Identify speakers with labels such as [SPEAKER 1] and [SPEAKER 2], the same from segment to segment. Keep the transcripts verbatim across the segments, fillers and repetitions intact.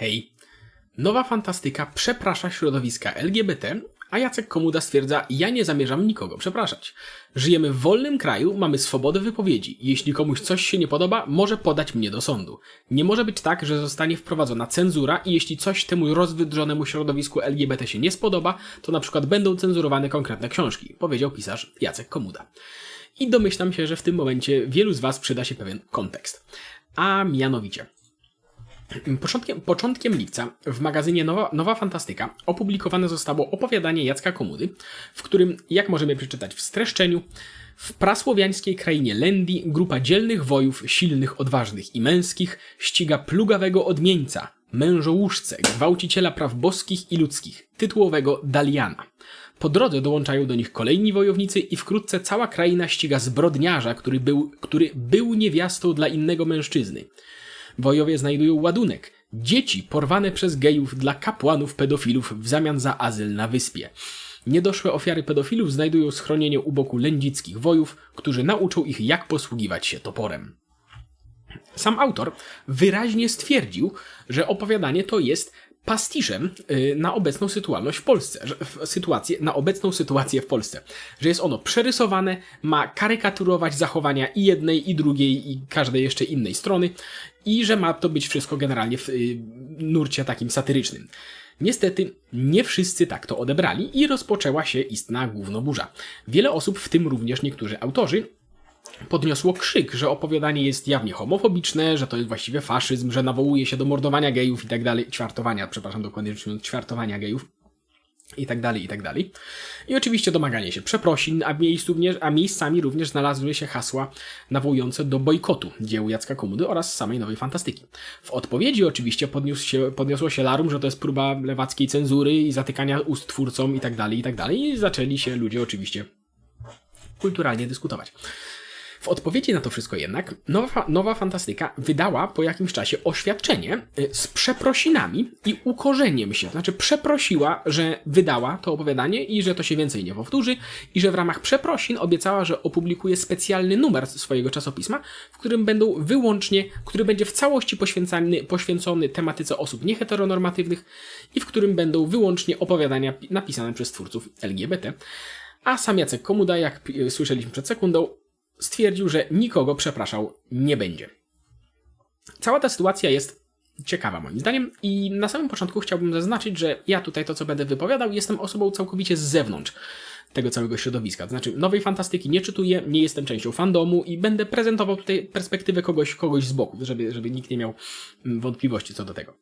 [SPEAKER 1] Hej, nowa fantastyka przeprasza środowiska L G B T, a Jacek Komuda stwierdza, ja nie zamierzam nikogo przepraszać. Żyjemy w wolnym kraju, mamy swobodę wypowiedzi. Jeśli komuś coś się nie podoba, może podać mnie do sądu. Nie może być tak, że zostanie wprowadzona cenzura i jeśli coś temu rozwydrzonemu środowisku L G B T się nie spodoba, to na przykład będą cenzurowane konkretne książki, powiedział pisarz Jacek Komuda. I domyślam się, że w tym momencie wielu z was przyda się pewien kontekst. A mianowicie... Początkiem, początkiem lipca w magazynie Nowa, Nowa Fantastyka opublikowane zostało opowiadanie Jacka Komudy, w którym, jak możemy przeczytać w streszczeniu, w prasłowiańskiej krainie Lendi grupa dzielnych wojów, silnych, odważnych i męskich ściga plugawego odmieńca, mężołóżcę, gwałciciela praw boskich i ludzkich, tytułowego Daliana. Po drodze dołączają do nich kolejni wojownicy i wkrótce cała kraina ściga zbrodniarza, który był, który był niewiastą dla innego mężczyzny. Wojowie znajdują ładunek. Dzieci porwane przez gejów dla kapłanów pedofilów w zamian za azyl na wyspie. Niedoszłe ofiary pedofilów znajdują schronienie u boku lędzickich wojów, którzy nauczą ich, jak posługiwać się toporem. Sam autor wyraźnie stwierdził, że opowiadanie to jest pastiszem na obecną sytuację w Polsce, sytuację, na obecną sytuację w Polsce, że jest ono przerysowane, ma karykaturować zachowania i jednej, i drugiej, i każdej jeszcze innej strony i że ma to być wszystko generalnie w nurcie takim satyrycznym. Niestety nie wszyscy tak to odebrali i rozpoczęła się istna gównoburza. Wiele osób, w tym również niektórzy autorzy, podniosło krzyk, że opowiadanie jest jawnie homofobiczne, że to jest właściwie faszyzm, że nawołuje się do mordowania gejów i tak dalej, ćwiartowania, przepraszam, dokładnie rzecz biorąc, ćwiartowania gejów i tak dalej, i tak dalej. I oczywiście domaganie się przeprosin, a, miejscu, a miejscami również znalazły się hasła nawołujące do bojkotu dzieł Jacka Komudy oraz samej Nowej Fantastyki. W odpowiedzi oczywiście podniósł się, podniosło się larum, że to jest próba lewackiej cenzury i zatykania ust twórcom i tak dalej, i tak dalej. I zaczęli się ludzie oczywiście kulturalnie dyskutować. W odpowiedzi na to wszystko jednak Nowa, Nowa Fantastyka wydała po jakimś czasie oświadczenie z przeprosinami i ukorzeniem się. To znaczy przeprosiła, że wydała to opowiadanie i że to się więcej nie powtórzy i że w ramach przeprosin obiecała, że opublikuje specjalny numer swojego czasopisma, w którym będą wyłącznie, który będzie w całości poświęcony, poświęcony tematyce osób nieheteronormatywnych i w którym będą wyłącznie opowiadania napisane przez twórców L G B T. A sam Jacek Komuda, jak słyszeliśmy przed sekundą, stwierdził, że nikogo przepraszał nie będzie. Cała ta sytuacja jest ciekawa moim zdaniem i na samym początku chciałbym zaznaczyć, że ja tutaj to, co będę wypowiadał, jestem osobą całkowicie z zewnątrz tego całego środowiska. To znaczy Nowej Fantastyki nie czytuję, nie jestem częścią fandomu i będę prezentował tutaj perspektywę kogoś, kogoś z boku, żeby, żeby nikt nie miał wątpliwości co do tego.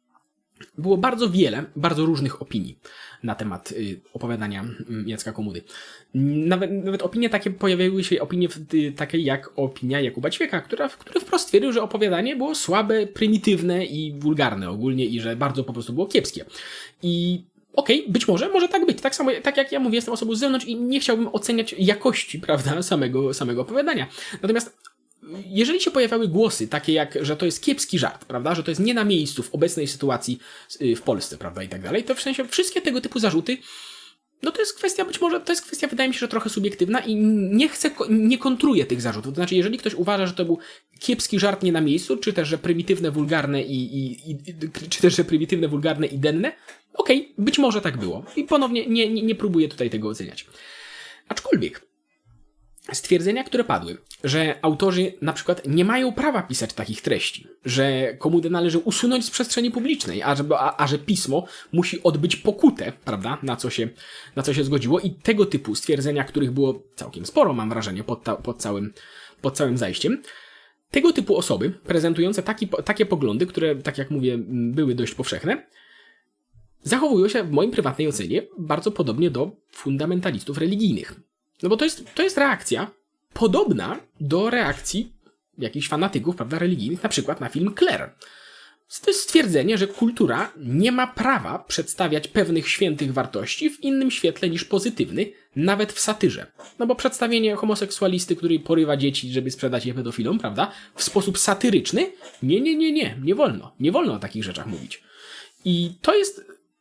[SPEAKER 1] Było bardzo wiele, bardzo różnych opinii na temat y, opowiadania y, Jacka Komudy. Nawet, nawet opinie takie pojawiały się, opinie y, takie jak opinia Jakuba Ćwieka, która, który wprost stwierdził, że opowiadanie było słabe, prymitywne i wulgarne ogólnie i że bardzo po prostu było kiepskie. I okej, okay, być może, może tak być. Tak samo, tak jak ja mówię, jestem osobą z zewnątrz i nie chciałbym oceniać jakości, prawda, samego, samego opowiadania. Natomiast jeżeli się pojawiały głosy takie jak, że to jest kiepski żart, prawda, że to jest nie na miejscu w obecnej sytuacji w Polsce, prawda, i tak dalej, to w sensie wszystkie tego typu zarzuty, no to jest kwestia być może, to jest kwestia wydaje mi się, że trochę subiektywna i nie chcę, nie kontruję tych zarzutów. To znaczy, jeżeli ktoś uważa, że to był kiepski żart nie na miejscu, czy też, że prymitywne, wulgarne i, i, i czy też, że prymitywne, wulgarne i denne, okej, okay, być może tak było. I ponownie nie, nie, nie próbuję tutaj tego oceniać. Aczkolwiek stwierdzenia, które padły, że autorzy na przykład nie mają prawa pisać takich treści, że Komudę należy usunąć z przestrzeni publicznej, a że, a, a że pismo musi odbyć pokutę, prawda, na co się, na co się zgodziło i tego typu stwierdzenia, których było całkiem sporo, mam wrażenie, pod, ta, pod, całym, pod całym zajściem, tego typu osoby prezentujące taki, takie poglądy, które, tak jak mówię, były dość powszechne, zachowują się w mojej prywatnej ocenie bardzo podobnie do fundamentalistów religijnych. No bo to jest, to jest reakcja podobna do reakcji jakichś fanatyków, prawda, religijnych, na przykład na film Claire. To jest stwierdzenie, że kultura nie ma prawa przedstawiać pewnych świętych wartości w innym świetle niż pozytywny, nawet w satyrze. No bo przedstawienie homoseksualisty, który porywa dzieci, żeby sprzedać je pedofilom, prawda, w sposób satyryczny, nie, nie, nie, nie, nie wolno. Nie wolno o takich rzeczach mówić. I to jest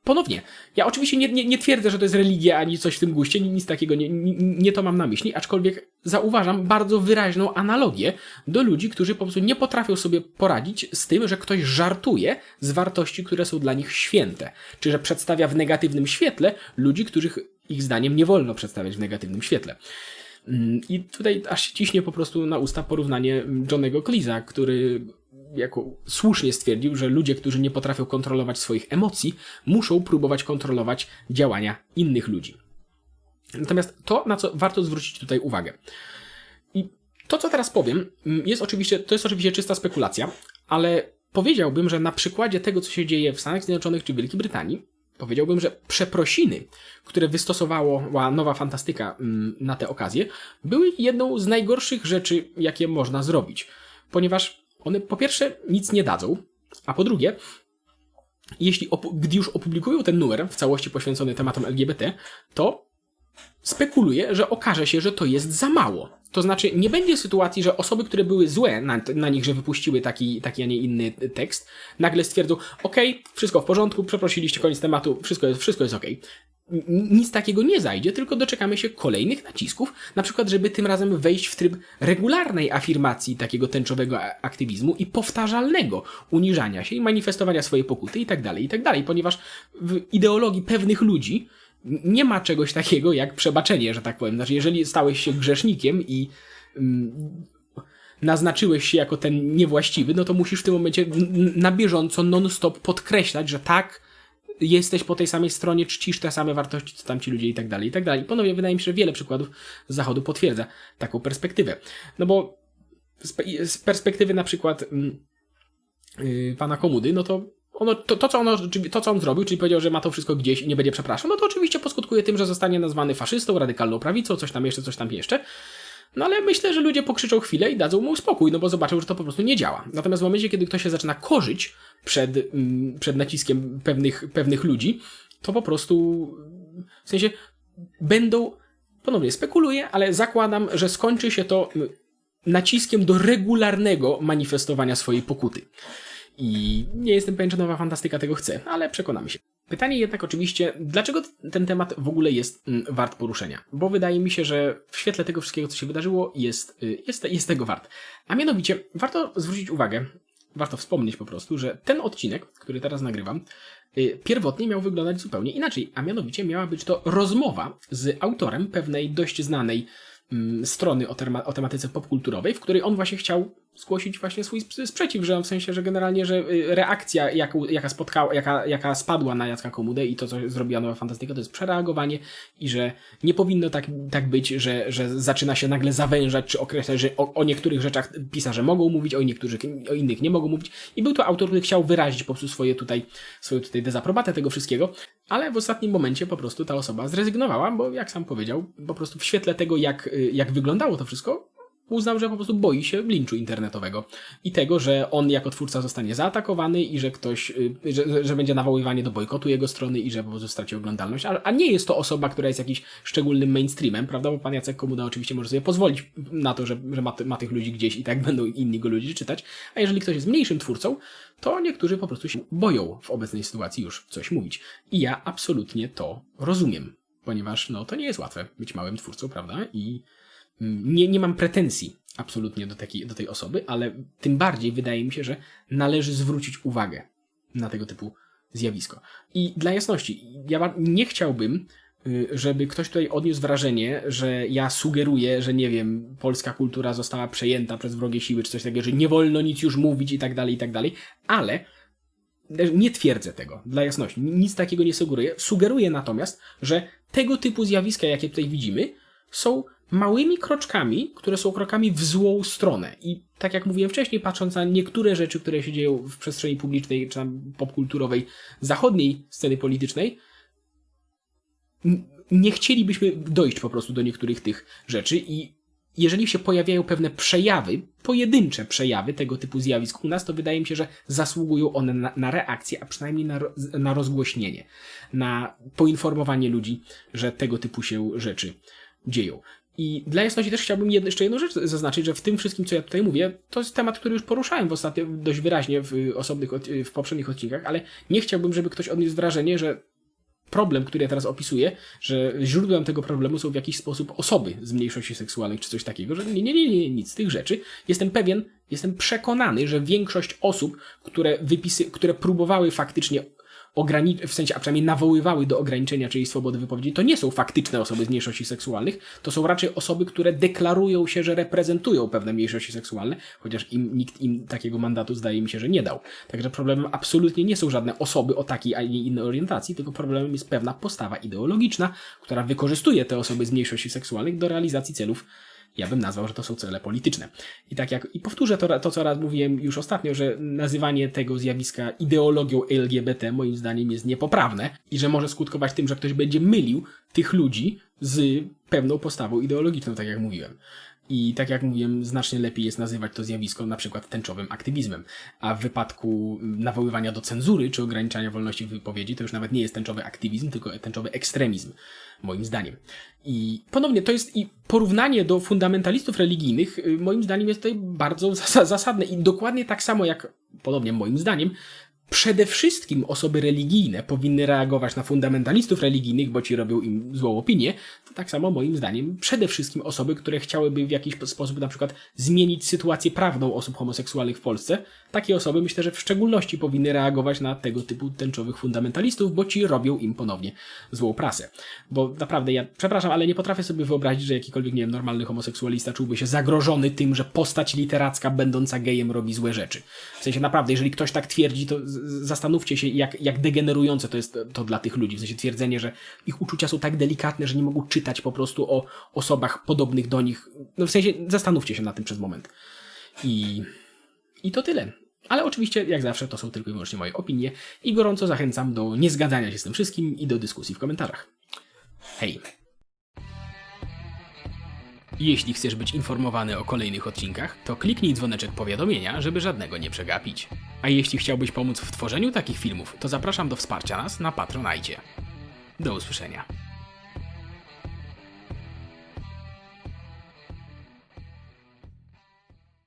[SPEAKER 1] ponownie, ja oczywiście nie, nie, nie twierdzę, że to jest religia ani coś w tym guście, nic takiego, nie, nie, nie to mam na myśli, aczkolwiek zauważam bardzo wyraźną analogię do ludzi, którzy po prostu nie potrafią sobie poradzić z tym, że ktoś żartuje z wartości, które są dla nich święte. Czy że przedstawia w negatywnym świetle ludzi, których ich zdaniem nie wolno przedstawiać w negatywnym świetle. I tutaj aż się ciśnie po prostu na usta porównanie Johnego Cleese'a, który jako słusznie stwierdził, że ludzie, którzy nie potrafią kontrolować swoich emocji, muszą próbować kontrolować działania innych ludzi. Natomiast to, na co warto zwrócić tutaj uwagę. I to, co teraz powiem, jest oczywiście, to jest oczywiście czysta spekulacja, ale powiedziałbym, że na przykładzie tego, co się dzieje w Stanach Zjednoczonych czy Wielkiej Brytanii, powiedziałbym, że przeprosiny, które wystosowała Nowa Fantastyka na tę okazję, były jedną z najgorszych rzeczy, jakie można zrobić. Ponieważ one po pierwsze nic nie dadzą, a po drugie, jeśli gdy już opublikują ten numer w całości poświęcony tematom L G B T, to spekuluję, że okaże się, że to jest za mało. To znaczy, nie będzie sytuacji, że osoby, które były złe na, na nich, że wypuściły taki, taki, a nie inny tekst, nagle stwierdzą, okej, wszystko w porządku, przeprosiliście, koniec tematu, wszystko jest, wszystko jest okej. Nic takiego nie zajdzie, tylko doczekamy się kolejnych nacisków, na przykład, żeby tym razem wejść w tryb regularnej afirmacji takiego tęczowego aktywizmu i powtarzalnego uniżania się i manifestowania swojej pokuty i tak dalej, i tak dalej, ponieważ w ideologii pewnych ludzi nie ma czegoś takiego jak przebaczenie, że tak powiem. Znaczy, jeżeli stałeś się grzesznikiem i mm, naznaczyłeś się jako ten niewłaściwy, no to musisz w tym momencie na bieżąco non-stop podkreślać, że tak, jesteś po tej samej stronie, czcisz te same wartości, co tamci ludzie i tak dalej, i tak dalej. Ponownie wydaje mi się, że wiele przykładów z Zachodu potwierdza taką perspektywę. No bo z perspektywy na przykład yy, pana Komudy, no to ono, to, to, co ono, to, co on zrobił, czyli powiedział, że ma to wszystko gdzieś i nie będzie przepraszał, no to oczywiście poskutkuje tym, że zostanie nazwany faszystą, radykalną prawicą, coś tam jeszcze, coś tam jeszcze. No ale myślę, że ludzie pokrzyczą chwilę i dadzą mu spokój, no bo zobaczą, że to po prostu nie działa. Natomiast w momencie, kiedy ktoś się zaczyna korzyć przed, przed naciskiem pewnych, pewnych ludzi, to po prostu w sensie będą, ponownie spekuluję, ale zakładam, że skończy się to naciskiem do regularnego manifestowania swojej pokuty. I nie jestem pewien, czy Nowa Fantastyka tego chce, ale przekonamy się. Pytanie jednak oczywiście, dlaczego ten temat w ogóle jest wart poruszenia? Bo wydaje mi się, że w świetle tego wszystkiego, co się wydarzyło, jest, jest, jest tego wart. A mianowicie, warto zwrócić uwagę, warto wspomnieć po prostu, że ten odcinek, który teraz nagrywam, pierwotnie miał wyglądać zupełnie inaczej. A mianowicie miała być to rozmowa z autorem pewnej dość znanej strony o, tema- o tematyce popkulturowej, w której on właśnie chciał zgłosić właśnie swój sprzeciw, że w sensie, że generalnie, że reakcja, jaką, jaka spotkała, jaka, jaka spadła na Jacka Komudę i to, co zrobiła Nowa Fantastyka, to jest przereagowanie i że nie powinno tak, tak być, że, że zaczyna się nagle zawężać, czy określać, że o, o niektórych rzeczach pisarze mogą mówić, o niektórych, o innych nie mogą mówić. I był to autor, który chciał wyrazić po prostu swoje tutaj, swoją tutaj dezaprobatę tego wszystkiego, ale w ostatnim momencie po prostu ta osoba zrezygnowała, bo jak sam powiedział, po prostu w świetle tego, jak, jak wyglądało to wszystko, uznał, że po prostu boi się linczu internetowego i tego, że on jako twórca zostanie zaatakowany i że ktoś, że, że będzie nawoływanie do bojkotu jego strony i że po prostu straci oglądalność, a, a nie jest to osoba, która jest jakiś szczególnym mainstreamem, prawda, bo pan Jacek Komuda oczywiście może sobie pozwolić na to, że, że ma, ma tych ludzi gdzieś i tak będą inni go ludzie czytać, a jeżeli ktoś jest mniejszym twórcą, to niektórzy po prostu się boją w obecnej sytuacji już coś mówić. I ja absolutnie to rozumiem, ponieważ no to nie jest łatwe być małym twórcą, prawda, i Nie, nie mam pretensji absolutnie do, takiej, do tej osoby, ale tym bardziej wydaje mi się, że należy zwrócić uwagę na tego typu zjawisko. I dla jasności, ja nie chciałbym, żeby ktoś tutaj odniósł wrażenie, że ja sugeruję, że nie wiem, polska kultura została przejęta przez wrogie siły, czy coś takiego, że nie wolno nic już mówić i tak dalej, i tak dalej, ale nie twierdzę tego, dla jasności. Nic takiego nie sugeruję. Sugeruję natomiast, że tego typu zjawiska, jakie tutaj widzimy, są małymi kroczkami, które są krokami w złą stronę. I tak jak mówiłem wcześniej, patrząc na niektóre rzeczy, które się dzieją w przestrzeni publicznej, czy tam popkulturowej, zachodniej sceny politycznej, nie chcielibyśmy dojść po prostu do niektórych tych rzeczy i jeżeli się pojawiają pewne przejawy, pojedyncze przejawy tego typu zjawisk u nas, to wydaje mi się, że zasługują one na, na reakcję, a przynajmniej na, na rozgłośnienie, na poinformowanie ludzi, że tego typu się rzeczy dzieją. I dla jasności też chciałbym jeszcze jedną rzecz zaznaczyć, że w tym wszystkim, co ja tutaj mówię, to jest temat, który już poruszałem w ostatnio dość wyraźnie w osobnych, w poprzednich odcinkach, ale nie chciałbym, żeby ktoś odniósł wrażenie, że problem, który ja teraz opisuję, że źródłem tego problemu są w jakiś sposób osoby z mniejszości seksualnych czy coś takiego, że nie, nie, nie, nie, nic z tych rzeczy. Jestem pewien, jestem przekonany, że większość osób, które wypisy, które próbowały faktycznie ograniczyć, w sensie, a przynajmniej nawoływały do ograniczenia czyjejś swobody wypowiedzi, to nie są faktyczne osoby z mniejszości seksualnych, to są raczej osoby, które deklarują się, że reprezentują pewne mniejszości seksualne, chociaż im, nikt im takiego mandatu zdaje mi się, że nie dał. Także problemem absolutnie nie są żadne osoby o takiej, a nie innej orientacji, tylko problemem jest pewna postawa ideologiczna, która wykorzystuje te osoby z mniejszości seksualnych do realizacji celów. Ja bym nazwał, że to są cele polityczne. I tak jak, i powtórzę to, to, co raz mówiłem już ostatnio, że nazywanie tego zjawiska ideologią L G B T moim zdaniem jest niepoprawne i że może skutkować tym, że ktoś będzie mylił tych ludzi z pewną postawą ideologiczną, tak jak mówiłem. I tak jak mówiłem, znacznie lepiej jest nazywać to zjawisko na przykład tęczowym aktywizmem. A w wypadku nawoływania do cenzury czy ograniczania wolności wypowiedzi to już nawet nie jest tęczowy aktywizm, tylko tęczowy ekstremizm, moim zdaniem. I ponownie to jest i porównanie do fundamentalistów religijnych moim zdaniem jest tutaj bardzo zasadne i dokładnie tak samo jak, podobnie moim zdaniem, przede wszystkim osoby religijne powinny reagować na fundamentalistów religijnych, bo ci robią im złą opinię, to tak samo moim zdaniem przede wszystkim osoby, które chciałyby w jakiś sposób na przykład zmienić sytuację prawną osób homoseksualnych w Polsce, takie osoby myślę, że w szczególności powinny reagować na tego typu tęczowych fundamentalistów, bo ci robią im ponownie złą prasę. Bo naprawdę ja, przepraszam, ale nie potrafię sobie wyobrazić, że jakikolwiek, nie wiem, normalny homoseksualista czułby się zagrożony tym, że postać literacka będąca gejem robi złe rzeczy. W sensie naprawdę, jeżeli ktoś tak twierdzi, to zastanówcie się, jak, jak degenerujące to jest to dla tych ludzi. W sensie twierdzenie, że ich uczucia są tak delikatne, że nie mogą czytać po prostu o osobach podobnych do nich. No w sensie zastanówcie się na tym przez moment. I, i to tyle. Ale oczywiście, jak zawsze, to są tylko i wyłącznie moje opinie i gorąco zachęcam do niezgadzania się z tym wszystkim i do dyskusji w komentarzach. Hej! Jeśli chcesz być informowany o kolejnych odcinkach, to kliknij dzwoneczek powiadomienia, żeby żadnego nie przegapić. A jeśli chciałbyś pomóc w tworzeniu takich filmów, to zapraszam do wsparcia nas na Patronite. Do usłyszenia.